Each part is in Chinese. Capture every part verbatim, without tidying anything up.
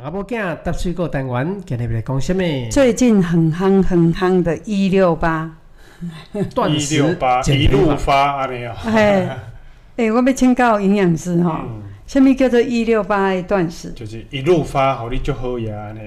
阿母囝搭水果单元，今日要来讲什么？ 最近很夯很夯的一六八， 断食一六八一路发安尼哦。 哎哎，我要请教营养师哈，什么叫做一六八的断食？ 就是一路发，互你足好呀安尼。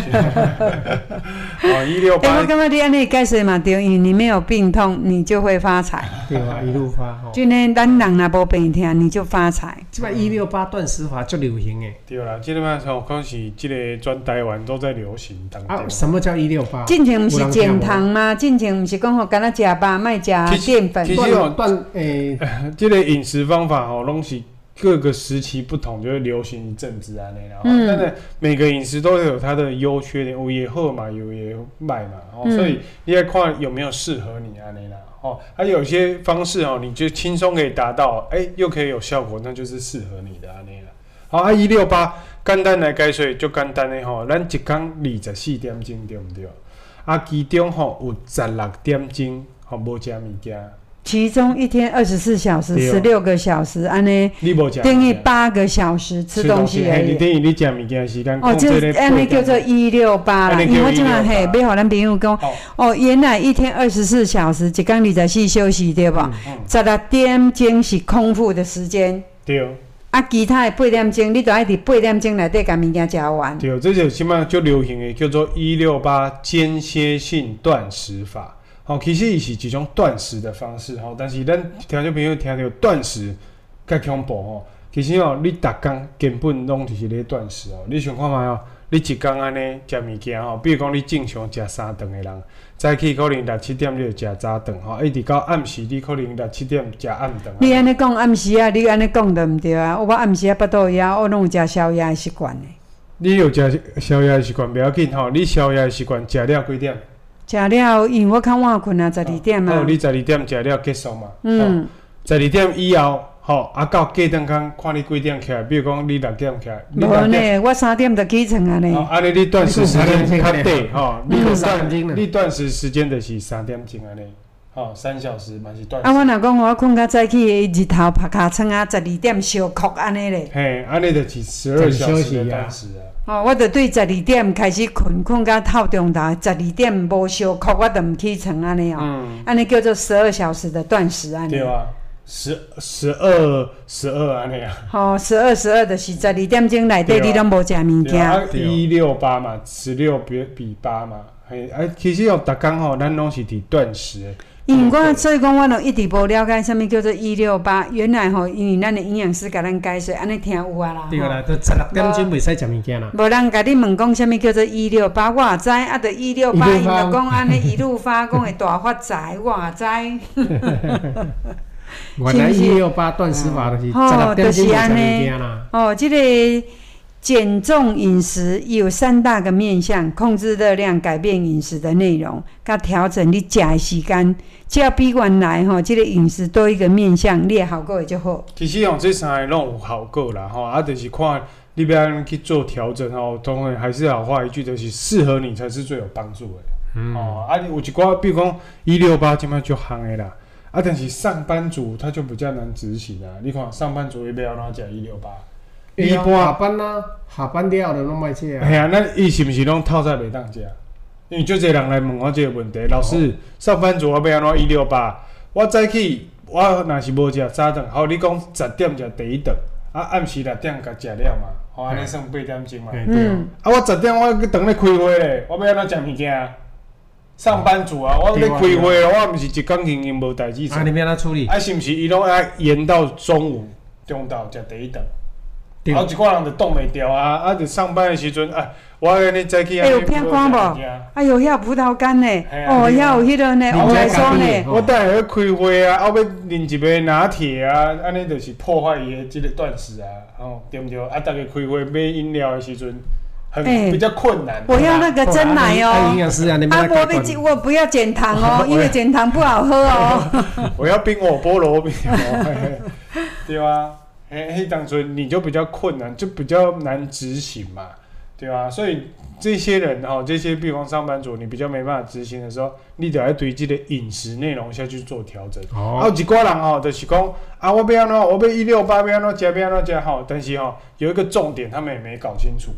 哦，一六八。 哎，我感觉你安尼解释嘛对，因为你没有病痛，你就会发财。 对啊，一路发吼。 就呢，咱人若无病痛，你就发财。 即摆一六八断食法最流行诶。 对啦，即个嘛吼，可能是即个全台湾都在流行当中。 啊，什么叫一六八？ 进前不是减糖吗？进前不是讲吼，干那食肉，卖食淀粉。 其实哦， 断诶， 这个饮食方法吼，拢是各个时期不同，就会流行一阵子安尼啦。嗯。但是每个饮食都有它的优缺点，有也好嘛，有也歹嘛。哦，所以你要看有没有适合你安尼啦。哦，还、啊、有些方式哦，你就轻松可以达到，哎、欸，又可以有效果，那就是适合你的安尼啦。好，啊一六八简单来解说，就简单的吼，咱一天二十四点钟对不对？啊，其中吼有十六点钟吼无食物件。 其中一天二十四小时，十六个小时，安尼等于八个小时吃东西而已。 你等于你食物件时间哦，这安尼叫做一六八啦。因为我今晚嘿，要互咱朋友讲，哦，原来一天二十四小时，一天二十四休息对吧？十六点钟是空腹的时间。 对。 啊，其他的八点钟，你都爱伫八点钟内底把物件食完。 对，这就起码就流行的叫做一六八间歇性断食法。好，其实伊是一种断食的方式吼，但是咱听众朋友听到断食较恐怖吼，其实哦，你逐工根本拢就是咧断食哦。你想看觅哦，你一工安尼食物件吼，比如讲你正常食三顿的人，早起可能六七点你就食早顿吼，一直到暗时你可能六七点食暗顿。 你安尼讲暗时啊，你安尼讲就毋对啊！我暗时啊巴肚枵，我拢有食宵夜的习惯的。 你有食宵夜的习惯不要紧吼，你宵夜的习惯食了几点？ 食了，因为我较晚困啊，十二点嘛。 哦，你十二点食了结束嘛？ 嗯。 十二点以后，吼，啊到隔顿工看你几点起来，比如讲你六点起来。 无呢，我三点就起床啊呢。 哦，安尼你断食时间较短吼，你断你断食时间就是三点钟安尼，吼，三小时嘛是断食。 啊，我若讲我困较早起，日头拍尻川啊，十二点小哭安尼咧。 嘿，安尼就是十二小时的断食啊。 哦，我就对十二点开始困，困到透中昼，十二点无烧哭，我就唔起床安尼哦。嗯。安尼叫做十二小时的断食安尼。 对啊，十十二十二安尼啊。 哦，十二十二就是十二点钟内底你拢无食物件。 啊，一六八嘛，十六比比八嘛，嘿，啊，其实哦，逐工吼，咱拢是伫断食的。 因为我所以讲，我拢一直无了解什么叫做一六八。原来吼，因为咱的营养师甲咱解说，安尼听有啊啦。 对啦，都十六点钟袂使食物件啦。 无人甲你问讲什么叫做一六八，我也知，啊，就一六八，因就讲安尼一路发，讲会大发财，我也知。 原来一六八断食法就是十六点钟袂食物件啦。 哦，这个。减重饮食有三大个面向，控制热量、改变饮食的内容，甲调整你食的时间，只要比原来吼，这个饮食多一个面向，你的效果会就好。 其实哦，这三个拢有效果啦，吼，啊，就是看你要安去做调整吼，当然还是老话一句，就是适合你才是最有帮助的。嗯。哦，啊，有一寡，比如讲一六八，今摆就行的啦，啊，但是上班族他就比较难执行啦。你看上班族要安怎食一六八？ 一般下班啊，下班了就拢莫食啊。 系啊，那伊是毋是拢透早袂当食？因为就这人来问我这个问题，老师，哦、上班族我要安怎一六八？我早起我若是无食早顿，好，你讲十点食第一顿，啊暗时六点甲食了嘛，吼安尼算八点钟嘛。嗯。啊，我十点我去等咧开会咧，我要安怎食物件？上班族啊，我咧开会，我毋是一工经营无代志做。 啊，你要安怎处理？ 啊，是毋是伊拢爱延到中午中昼食第一顿？啊，一寡人就挡袂掉啊！啊，就上班的时阵，啊，我安尼早起啊， 有偏光无？哎呦，遐有葡萄干呢，哦，遐有迄个呢，欧莱霜呢。 我等下要开会啊，我要啉一杯拿铁啊，安尼就是破坏伊的即个断食啊，哦，对不对？啊，大家开会买饮料的时阵，很比较困难。 我要那个真奶哦。 营养师啊，你啊，我被我不要减糖哦，因为减糖不好喝哦。 我要冰我菠萝冰哦，对啊。嘿，嘿，当阵你就比较困难，就比较难执行嘛，对吧？所以这些人哈，这些比如说上班族，你比较没办法执行的时候，你得要对自己的饮食内容下去做调整。哦。啊，有一寡人吼，就是讲啊，我要安怎，我要一六八，要安怎吃，要安怎吃吼，但是吼有一个重点，他们也没搞清楚。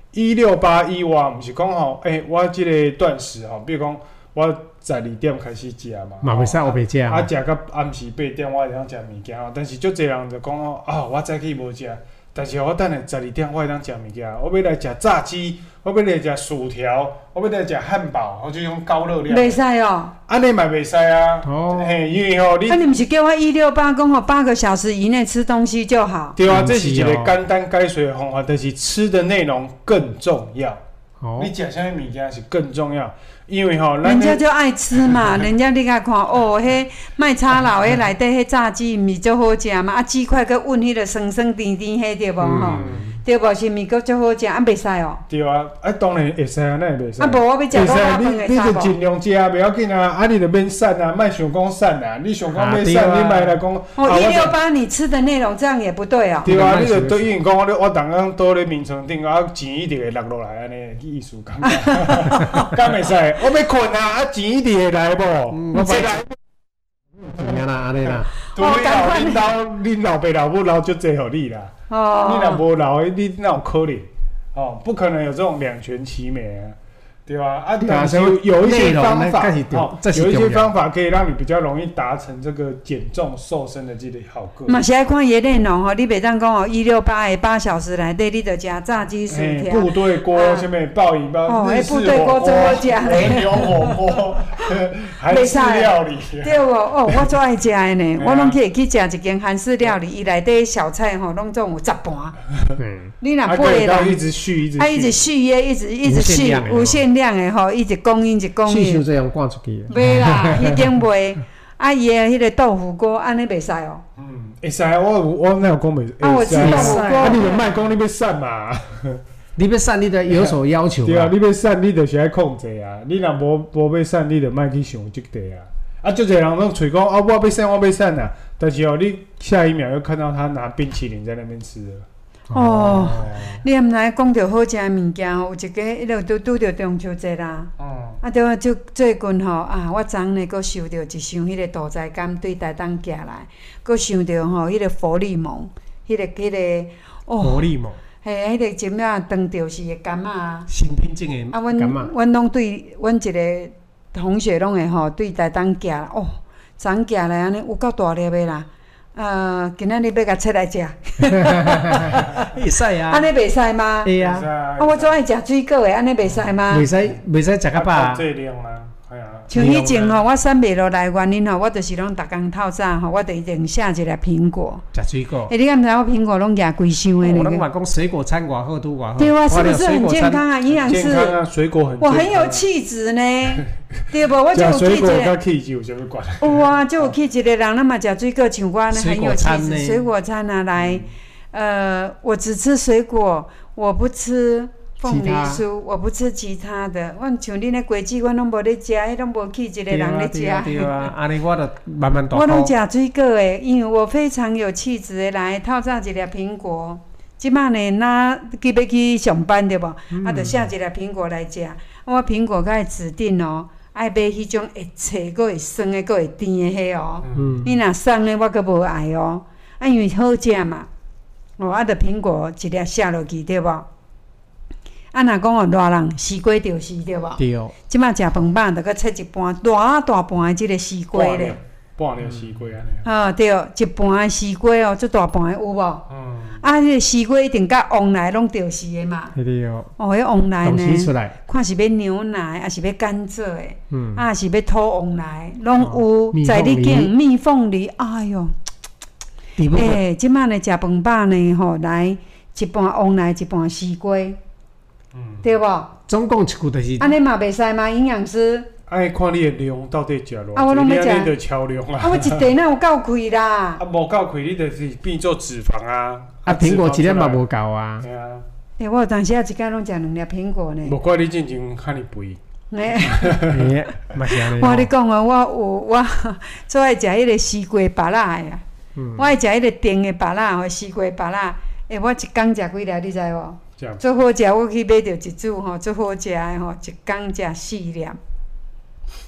一六八以外，毋是讲吼，诶、欸，我即个断食吼，比如讲我十二点开始食嘛， 嘛袂使黑白食啊，食到暗时八点我会当食物件，但是足侪人就讲吼，啊，我早起无食。但是我等下十二点我会当食物件，我要来食炸鸡，我要来食薯条，我要来食汉堡，或者种高热量。 袂使哦。 安尼嘛袂使啊。 哦。 嘿，因为吼你。 啊，你毋是叫我一六八讲吼，八个小时以内吃东西就好。 对啊，这是一个简单解水的方法，但是吃的内容更重要。哦。你食啥物物件是更重要。因为吼， 人家就爱吃嘛，人家你甲看哦，迄麦叉佬迄内底迄炸鸡毋是足好食嘛？啊，鸡块佮混迄个酸酸甜甜迄对无吼？对无？是毋是佮足好食？啊，袂使哦。 对啊，啊当然会使啊，那会袂使。 啊，无我要食卤鸭饭会你你就尽量食，袂要紧啊。啊，你就免瘦啊，莫想讲瘦啊。你想讲要瘦，你莫来讲。 哦，一六八你吃的内容这样也不对哦。 对啊，你就对因讲，我我逐工倒咧眠床顶，啊钱一定会落落来安尼意思感觉，敢袂使？我要困啊，啊钱一定会来无？我袂来。 怎啦？安尼啦。 对你老恁老恁老爸老母留足济互你啦。哦。你若无留，你哪有可能？哦，不可能有这种两全其美啊。对吧？啊，但是有一些方法，哦，有一些方法可以让你比较容易达成这个减重瘦身的这个好个。 嘛是爱看伊内容吼，你袂当讲哦，一六八的八小时内底，你着食炸鸡、薯条、 部队锅、什么爆饮包、日式火锅、和牛火锅、韩式料理。 对哦，哦，我最爱食的呢，我拢去去食一间韩式料理，伊内底小菜吼，拢总有十盘。你若配啦，一直续，一直， 啊，一直续约，一直一直续，无限量的吼，一直供应，一直供应。 续就这样挂出去。 袂啦，已经卖。啊，伊的迄个豆腐锅，安尼袂使哦。 嗯，会使，我我哪有讲袂？ 啊，我吃豆腐锅。 啊，你著莫讲你要瘦嘛。 你要瘦，你得有所要求。 对啊，你要瘦，你就是爱控制啊。你若无无要瘦，你著莫去想即个啊。啊，就侪人拢嘴讲啊，我要瘦，我要瘦啊。但是哦，你下一秒又看到他拿冰淇淋在那边吃了。 哦，你毋知讲着好食物件吼，有一个迄落拄拄着中秋节啦。哦。啊，对啊，就最近吼啊，我昨呢阁收到一箱迄个杜仔柑对台东寄来，阁想着吼迄个佛利蒙，迄个迄个哦。佛利蒙。 嘿，迄个针啊，当着是个柑啊。 新品种的柑啊。啊， 阮阮拢对，阮一个同学拢会吼对台东寄来，哦，昨寄来安尼有够大粒的啦。呃，今仔日要甲切来食， 会使啊。 安尼袂使吗？ 会啊。 啊，我最爱食水果的，安尼袂使吗？ 袂使，袂使食较饱。 最凉啊，系啊。 像以前吼，我瘦袂落来原因吼，我就是拢逐工透早吼，我就一定下一粒苹果。 食水果。 诶，你敢毋知我苹果拢夹规箱的呢？ 我拢话讲水果餐偌好拄偌好。 对啊，是不是很健康啊？营养师。 健康啊，水果很。 我很有气质呢。对无，我就有气质。 水果甲气质有啥物关系？ 有啊，就有气质的人，那么食水果像我呢，很有气质。水果餐啊，来，呃，我只吃水果，我不吃凤梨酥，我不吃其他的。我像恁咧果子，我拢无咧食，迄拢无气质的人咧食。 对啊，对啊，安尼我就慢慢大。 我拢食水果诶，因为我非常有气质的来透早一粒苹果。即摆呢，若去要去上班对无？啊，就下一粒苹果来食。我苹果较会指定哦。爱买迄种会脆、阁会酸的、阁会甜的迄哦。嗯。你若酸的，我阁无爱哦。啊，因为好食嘛。哦，啊，着苹果一粒下落去，对无？啊，若讲哦，热人西瓜就是对无？ 对。 即摆食饭饱，着阁切一盘大大盘的即个西瓜咧。 半粒西瓜安尼。 啊，对，一盘的西瓜哦，足大盘的有无？嗯。啊，迄个西瓜一定甲旺来拢着是的嘛。 对哦。 哦，迄旺来呢？ 出来。 看是要牛奶，还是要甘蔗的，嗯，啊是要土旺来，拢有。在你境蜜凤梨，哎哟，诶，即摆呢食饭饱呢吼，来一盘旺来，一盘西瓜，嗯，对无？ 总共一句就是。 安尼嘛袂使吗？营养师。 爱看你的量到底食偌啊，我拢要食。 你着超量啊！ 啊，我一地哪有够开啦？ 啊，无够开，你就是变做脂肪啊！ 啊，苹果一粒嘛无够啊。 对啊。 诶，我有当时啊，一工拢食两粒苹果呢。 无怪你进前较尼肥。 诶，嘛是安尼。 我你讲啊，我有我最爱食迄个西瓜芭乐的啊。嗯。我爱食迄个甜的芭乐吼，西瓜芭乐。诶，我一工食几粒，你知无？最好食，我去买着一组吼，最好食的吼，一工食四粒。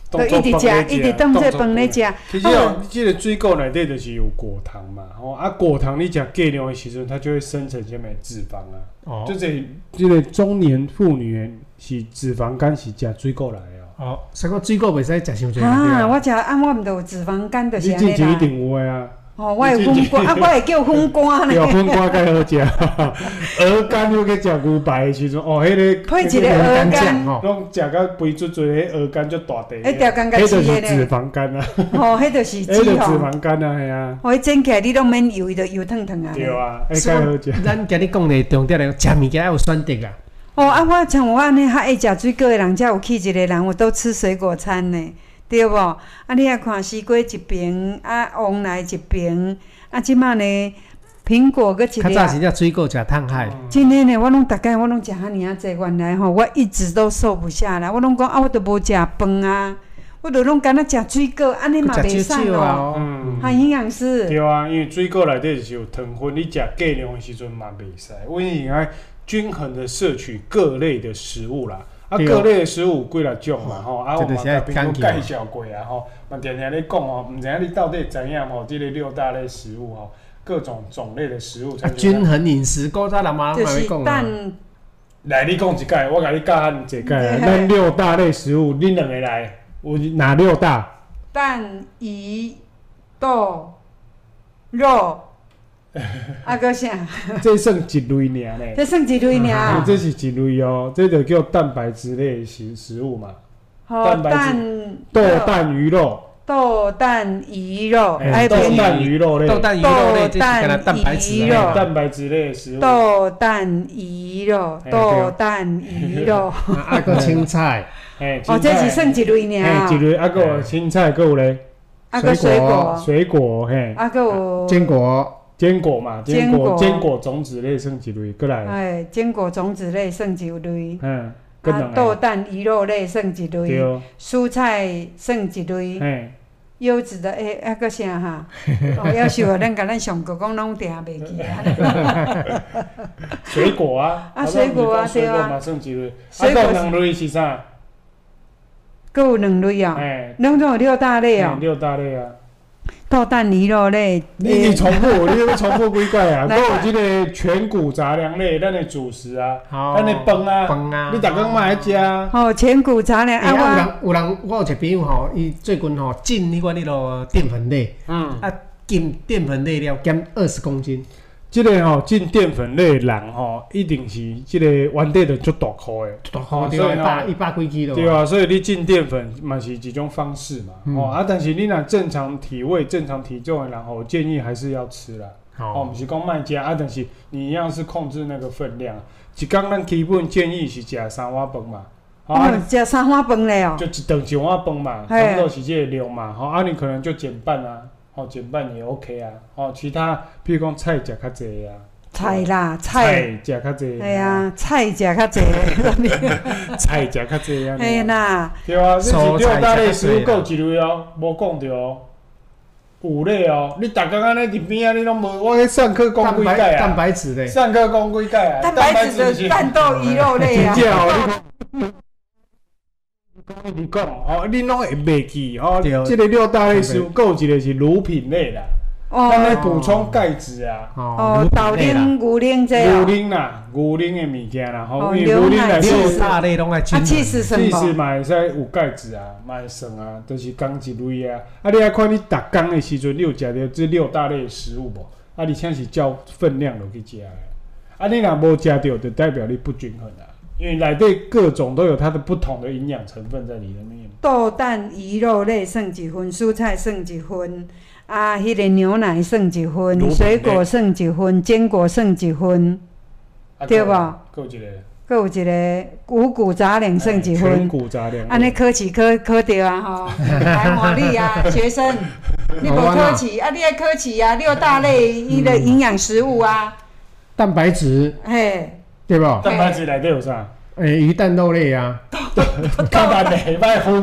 就一直食，一直当做饭咧食。 其实哦，这个水果内底就是有果糖嘛，吼啊果糖你食过量的时阵，它就会生成什么脂肪啊。哦，就这这个中年妇女是脂肪肝是食水果来的。 哦，所以讲水果袂使食伤济。 啊，我食啊，我毋就有脂肪肝，就是安尼啦。 你之前一定有诶啊。 哦，我有粉干，啊，我会叫粉干呢。 有粉干较好食，鹅肝你去食牛排的时阵，哦，迄个配一个鹅肝， 拢食到肥足足，迄鹅肝足大地。 迄条肝甲迄就是脂肪肝啊。 哦，迄就是脂肪。迄就脂肪肝啊，系啊。 哦，迄煎起来你拢免油，伊就油腾腾啊。 对啊，迄较好食。 咱今日讲的重点来讲，食物件要有选择啊。 哦，啊，我像我安尼较爱食水果的人，才有气质的人，我都吃水果餐呢，对无？啊，你啊看西瓜一边，啊黄梨一边。啊，即摆呢，苹果搁一粒。 较早时只水果食烫海。 真诶呢，我拢逐摆我拢食遐尔啊济，原来吼，我一直都瘦不下来。我拢讲啊，我都无食饭啊，我都拢干那食水果，安尼嘛袂使哦。嗯，哈营养师。 对啊，因为水果内底就是有糖分，你食过量的时阵嘛袂使。我应该均衡的摄取各类的食物啦。啊，各类的食物有几啊种嘛吼，啊，我嘛甲朋友介绍过啊吼，嘛常常咧讲吼，毋知影你到底知影吼？即个六大类食物吼，各种种类的食物。 啊，均衡饮食，古早人嘛嘛咧讲啊。 来，你讲一解，我甲你教下一解。咱六大类食物，恁两个来，有哪六大？ 蛋、鱼、豆、肉。啊，搁啥？ 这算一类尔呢？ 这算一类尔。 这是一类哦，这就叫蛋白质类食食物嘛。 蛋白质。豆蛋鱼肉。 豆蛋鱼肉， 哎，豆蛋鱼肉类。 豆蛋鱼肉类，这是蛋白质类。 蛋白质类食物。 豆蛋鱼肉，豆蛋鱼肉。 啊，搁青菜。 哎， 哦，这是算一类尔。 哎，一类，啊，搁有青菜，搁有咧。 啊，搁水果。 水果，嘿。 啊，搁有坚果。 坚果嘛，坚果坚果种子类算一类，过来。 哎，坚果种子类算一类。 嗯， 啊，豆蛋鱼肉类算一类。 对。 蔬菜算一类。 哎。 优质的诶，啊，搁啥哈？哦，要是咱甲咱上课讲拢定袂记啊。 水果啊。 啊，水果啊，对啊。 水果嘛算一类。水果两类是啥？ 搁有两类哦。哎。拢总有六大类哦。 六大类啊。 豆蛋鱼肉类， 你你重复，你要重复几摆啊？还有即个全谷杂粮类，咱的主食啊，咱的饭啊， 饭啊， 你逐工嘛爱食啊。 哦，全谷杂粮啊， 有人有人，我有一个朋友吼，伊最近吼进迄款迄落淀粉类，嗯，啊减淀粉类了减二十公斤。 即个吼进淀粉类的人吼，一定是即个原底就足大块的， 大块对啊，一百一百几斤咯。 对啊，所以你进淀粉嘛是一种方式嘛，嗯、哦啊，但是你若正常体位、正常体重的人吼，我建议还是要吃啦。哦，不是讲卖食啊，但是你一样是控制那个分量。一天咱基本建议是食三碗饭嘛。 哦，食三碗饭嘞哦。 就一顿一碗饭嘛，差不多是这个量嘛。好、哦，啊，你可能就减半啊。哦，减半也 OK 啊。哦，其他譬如讲菜食较济啊。 菜啦，菜食较济。 系啊，菜食较济。 菜食较济啊。 嘿啦。 对啊，你是六大类食物够一类哦，无讲着哦。有类哦，你逐工安尼伫边啊，你拢无。我喺上课讲几届啊？ 蛋白质类。 上课讲几届啊？ 蛋白质的蛋豆鱼肉类啊。 真正哦，你。讲你讲吼，你拢会袂记吼。即个六大类食物，还有一个是乳品类啦。哦。咱来补充钙质啊。 哦。豆奶、牛奶这牛奶啦，牛奶的物件啦，吼，因为牛奶来说，六大类拢爱均衡。 啊，气势什么？ 气势嘛会使有钙质啊，嘛会算啊，都是讲一类啊。啊，你爱看你逐工的时阵，你有食到这六大类的食物无？啊，而且是照分量落去食的。啊，你若无食到，就代表你不均衡啊。因为内底各种都有它的不同的营养成分在里面。 豆蛋鱼肉类算一分，蔬菜算一分，啊，迄、那个牛奶算一分，水果算一分，坚果算一分，啊、对无？ 够一个。 搁有一个五谷杂粮算一分。 全谷杂粮。 安尼考试考考着啊吼，来换你啊，学生，你无考试啊？你爱考试啊？六大类伊的营养食物啊。 蛋白质。 嘿。 对不？ 蛋白质内底有啥？ 诶、欸，鱼蛋肉类啊。 蛋白类卖糊。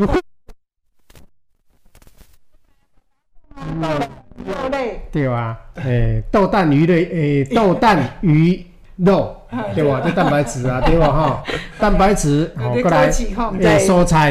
肉类。 对吧？诶、欸，豆蛋鱼类，诶、欸，豆蛋鱼肉，对吧？这蛋白质啊，对吧？哈，蛋白质，好、哦，过来，诶、欸，蔬菜，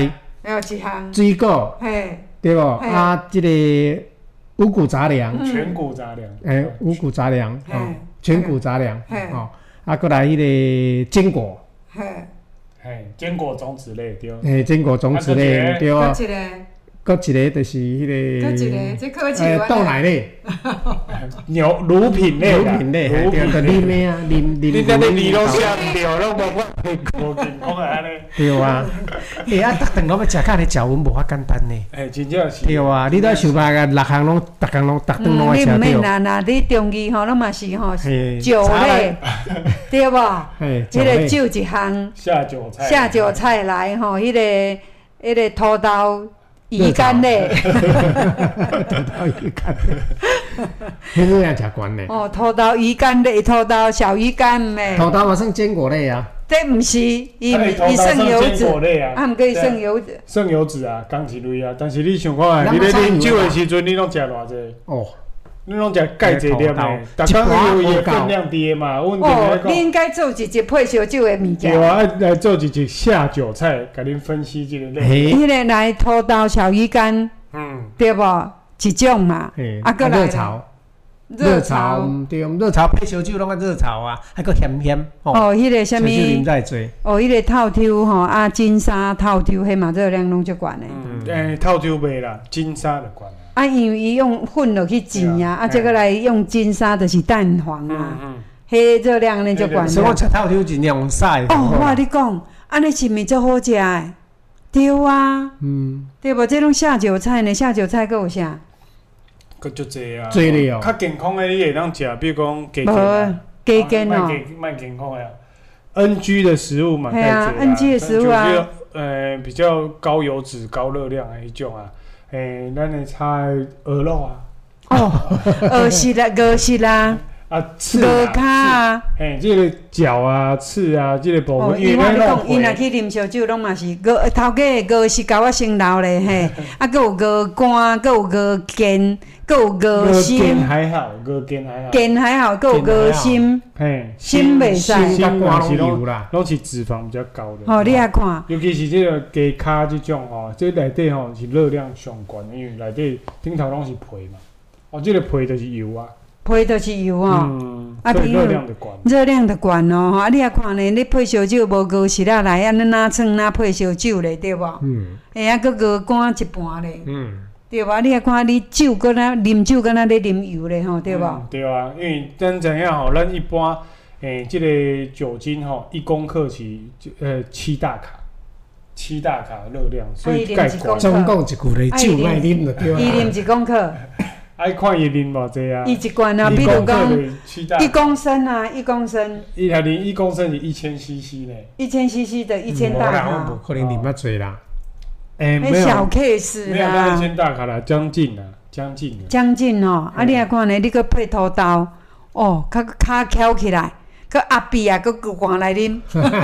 还有一项， 水果， 嘿， 对不？ 嘿啊，这个五谷杂粮， 嗯全谷杂粮， 诶，五谷杂粮， 嘿哦，全谷杂粮， 嘿哦，啊，过来迄个坚果， 嘿， 嘿，坚果种子类对。 诶，坚果种子类， 啊对啊， 搁一个， 搁一个就是迄搁一个， 个， 这科技诶，豆奶类， 牛乳品类啦， 乳品类，嘿乳对，就品类。 啉的啊，啉啉。 你在那理论下唔对，拢无法无健康啊安尼。 对啊，诶啊，逐顿拢要食较尼食温无遐简单呢。 哎，真正是。 对啊，你都要想办法，六项拢，逐项拢，逐顿拢嗯， 爱食你毋免着。 啦啦，你中医吼，咱嘛是吼嘿酒类，对无？ 嘿， 迄个酒一项， 下酒菜。 下酒菜来吼，迄个迄个土豆鱼干类， 土豆鱼干，迄个也食悬呢。 哦，土豆鱼干类，土豆小鱼干嘞， 土豆嘛算坚果类啊。 这毋是，伊哎土豆伊算油脂算坚果，类啊， 啊，毋过伊算油脂， 算油脂啊，讲一类啊。但是你想看， 咱你咧嘛啉酒的时阵，你拢食偌济？ 哦， 你拢食介济粒的， 土豆逐工有伊一盘的分量低嘛，稳定哦来，讲。 你应该做一集配烧酒的物对件。 啊，来做一集下酒菜，甲恁分析这个类。 嘿， 迄个来土豆小鱼干， 嗯， 对无？一种嘛， 嘿， 啊，过来热炒， 热炒， 炒， 嗯对，热炒配烧酒拢个热炒啊，还佫咸咸，哦， 哦，迄个什烧酒啉物， 再多， 哦，迄个透抽吼，啊，金沙透抽，迄嘛热量拢足悬的。 嗯，诶，透抽袂啦，金沙就管啦。 啊，因为伊用混落去煎啊，啊，再过来用金沙就是蛋黄嗯啊， 嗯， 迄热量呢足悬所以我的。 食透抽尽量用晒。 哦，我甲你讲，安尼是毋是足好食的？对啊， 嗯， 对无？这种下酒菜呢，下酒菜佫有啥？ 佮足济啊。 多咧哦较健康的你会当食，比如讲鸡无筋啊。 鸡筋哦， 卖健康的啊。N G 的食物嘛， 嘿啊太多 N G 的食物啊就是呃，比较高油脂、高热量的迄种啊。诶，咱的菜鹅肉啊， 哦，鹅翅啦，鹅翅啦， 啊翅鹅骹啊， 啊。 嘿，这个脚啊、翅啊，这个部哦， 分， 伊我你讲，伊若皮去啉烧酒，拢嘛是鹅头家的鹅是甲我先留咧嘿，啊，佮有鹅肝，佮有鹅筋，佮有鹅筋心， 还好，鹅筋还好， 筋还好，佮有鹅心， 嘿， 心袂使心甲心肝拢嘛是拢有啦。 拢是脂肪比较高的。 吼，你来看， 尤其是这个鸡骹这种吼，这内底吼是热量上悬的，因为内底顶头拢是皮嘛，哦，这个皮就是油啊， 皮就是油吼， 嗯，所以啊朋友热量就悬。 热量就悬咯吼，啊，你来看呢，你配烧酒无鹅翅仔来，安尼哪创哪配烧酒咧，对无？ 嗯会啊，佮鹅肝一盘咧， 嗯， 对无？你来看你酒佮那啉酒佮那咧啉油咧吼，对无？ 嗯对啊，因为咱知影吼，咱一般诶，这个酒精吼，一公克是呃七大卡，七大卡热量，所以啊钙悬。 伊啉一公克总共一句咧，酒卖啉就对伊啉啦。 一公克， 爱看伊啉偌济啊？ 伊一罐啊， 一比如公克讲的七大一公升啊，一公升， 伊若啉一公升是一千 C C 呢。 一千 C C 的一千大无啦，我卡无，可能啉遐济啦。 诶，没有， 迄小 case 没有到一啦， 千大卡啦，将近啦，将近啦。 将近哦。啊，你来看呢，你搁配土豆，哦，较骹翘起来，搁阿碧啊，搁灌来啉，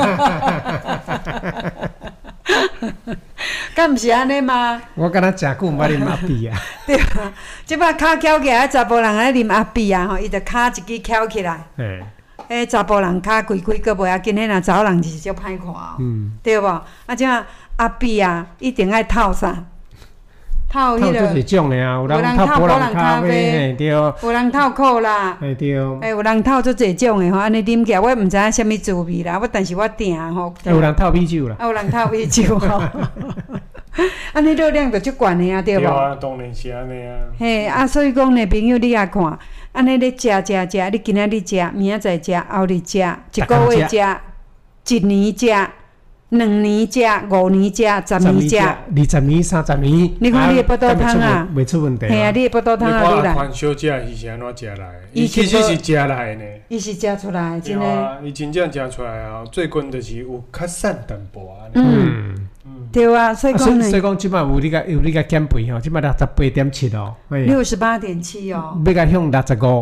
敢毋是安尼吗？ 我敢若食久毋捌啉阿碧啊。 对啊，即摆骹翘起来，查甫人爱啉阿碧啊，吼，伊着骹一支翘起来， 嘿， 迄查甫人骹规规个袂要紧，迄若查某人就是足歹看哦。 嗯， 对无？啊，即啊阿碧啊，一定爱透啥？透迄透做个， 一种的啊，有有人人透透薄薄人咖啡， 人咖啡嘿对， 有人透苦啦， 嘿对， 诶，有人透做侪种的吼，安尼啉起来，我毋知影啥物滋味啦，我但是我订吼， 有人透米酒啦。 啊有人透米酒吼，安尼热量就足悬的啊，对无？ 对啊，当然是安尼啊。 嘿，啊，所以讲呢，朋友你也看，安尼咧食食食，你今仔日食，明仔载食，后日食，一个月食，一年食。两年食，五年食，十年食。 二十年、三十年。 你看你的腹肚汤啊袂出问题。 嘿啊，你的腹肚汤啊， 你你来， 看番小姐是是安怎食来的？ 伊伊其实是是食来的呢。 伊是食出来的， 对真的。 啊，伊真正食出来啊，最近就是有较瘦淡薄啊。 嗯， 嗯， 嗯， 对啊，所以啊所以所以讲呢， 讲即摆有你甲有你甲减肥吼，即摆六十八点七哦，嘿六十八点七哦， 要甲向六十五。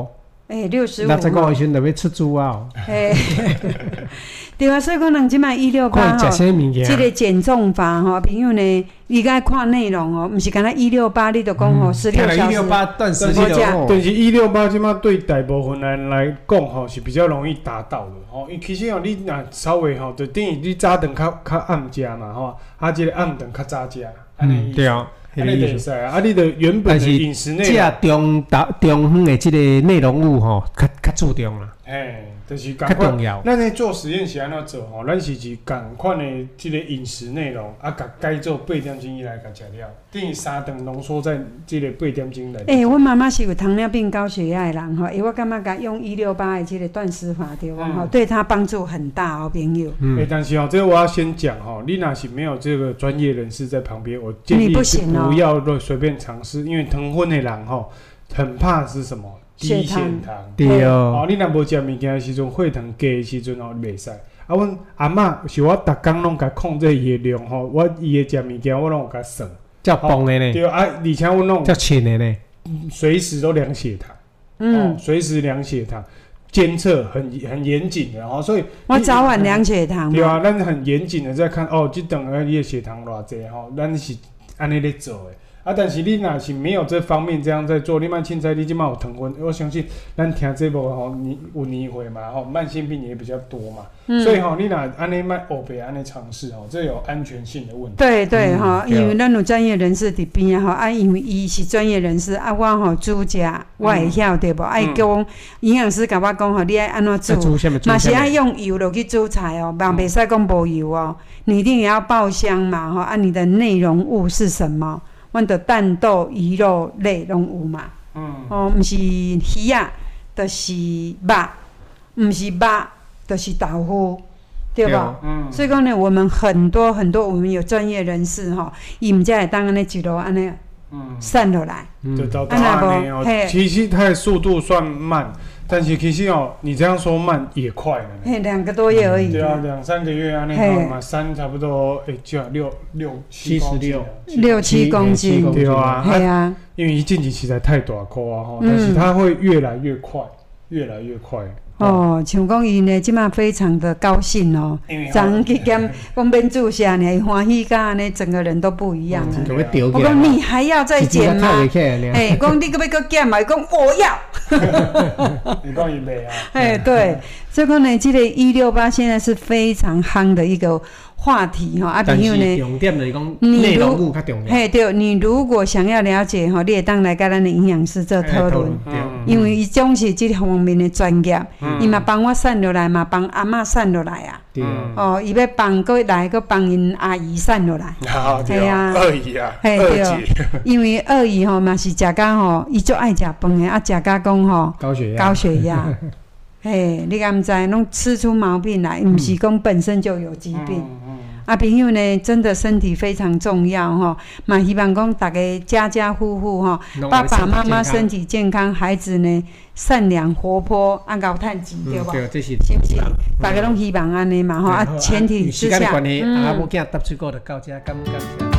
诶，六十五。 六十五的时阵就要出猪啊！ 诶，对啊，所以讲人即摆一六八吼，这个减重法吼，朋友呢，你该看内容哦，毋是干那一六八，你就讲吼十六小时。 一六八断食就好。但是一六八即摆对大部分人来讲吼，是比较容易达到的吼。因其实哦，你若稍微吼，就等于你早顿较较暗食嘛吼，啊，即个暗顿较早食，安尼意思。对啊。安尼袂使啊！啊，你的原本的饮食内容， 食中达中方的即个内容物吼，较较注重啦。 嘿，就是较重要。 咱咧做实验是安怎做吼？咱是是共款的即个饮食内容，啊，甲改做八点钟以来甲食了，等于三顿浓缩在即个八点钟内。 诶、欸，阮妈妈是有糖尿病、高血压的人吼，诶，我感觉甲用一六八的即个断食法对吧？吼、嗯，对他帮助很大哦，朋友。 嗯。诶、欸，但是哦，这个我要先讲吼，你若是没有这个专业人士在旁边，我建议是不要随便尝试，因为糖分的人吼，很怕是什么？低血糖， 对哦。 哦，你若无食物件的时阵，血糖低的时阵吼，袂使。啊，阮阿嬷是我逐工拢甲控制伊的量吼，我伊的食物件我拢有甲算， 较棒的呢。 对啊，而且阮拢较轻的呢， 随时都量血糖，嗯，随、哦、时量血糖，监测很很严谨的哦，所以我早晚量血糖。 对啊，咱很严谨的在看哦，即顿啊，你的血糖偌济吼，咱是安尼咧做的。啊，但是你若是没有这方面这样在做，你莫凊彩你即马有糖分，我相信咱听这部吼，你有年岁嘛吼，慢性病也比较多嘛，嗯、所以吼，你若安尼莫黑白安尼尝试吼，这有安全性的问题。 对对哈、嗯，因为咱有专业人士伫边啊吼，啊，因为伊是专业人士，啊，我吼煮食我会晓、嗯、对无？啊，伊叫我营养师甲我讲吼，你爱安怎煮，嘛是爱用油落去煮菜哦，嘛袂使讲无油哦，你一定也要爆香嘛吼，啊，你的内容物是什么？阮的蛋豆鱼肉类拢有嘛，嗯，哦，毋是鱼啊，就是肉，毋是肉，就是豆腐，对吧？嗯，所以讲呢，我们很多很多，我们有专业人士吼，伊毋才会当安尼一路安尼，嗯，散落来， 就到到安尼哦。其实它的速度算慢。但是其实哦，你这样说慢也快了呢。 嘿，两个多月而已。 对啊，两三个月啊，那好嘛，三差不多，诶、欸，就六六七十六， 六七公斤。 对啊， 对啊。 因为一近期实在太大颗啊，吼、嗯，但是它会越来越快，越来越快。 哦，像讲伊呢，即马非常的高兴哦，昨去检讲免注射呢，伊欢喜甲安尼，整个人都不一样了。嗯、我讲你还要再减吗？哎，讲你可不可以减嘛？伊讲我要。 你讲伊袂啊？ 哎，对，所以讲呢，这个一六八现在是非常夯的一个话题哈。啊，朋友呢， 重点就是讲内容物较重要。 嘿，对，你如果想要了解哈，你会当来甲咱的营养师做讨论，因为伊种是这方面的专业。伊嘛帮我散落来嘛，帮阿嬷散落来啊。对。哦，伊要帮过来，搁帮因阿姨散落来。 好，对啊。二姨啊，二姐。 因为二姨吼嘛是食甲吼，伊足爱食饭的，啊食甲讲吼高血压。 高血压。嘿，你敢知？拢吃出毛病来，毋是讲本身就有疾病。啊，朋友呢，真的身体非常重要吼，嘛希望讲大家家家户户吼，爸爸妈妈身体健康，孩子呢善良活泼，啊高趁钱对吧？ 对，这是是不是？大家拢希望安尼嘛吼，啊前提之下。 时间的关系，啊，母囝答出过就到这，感感谢。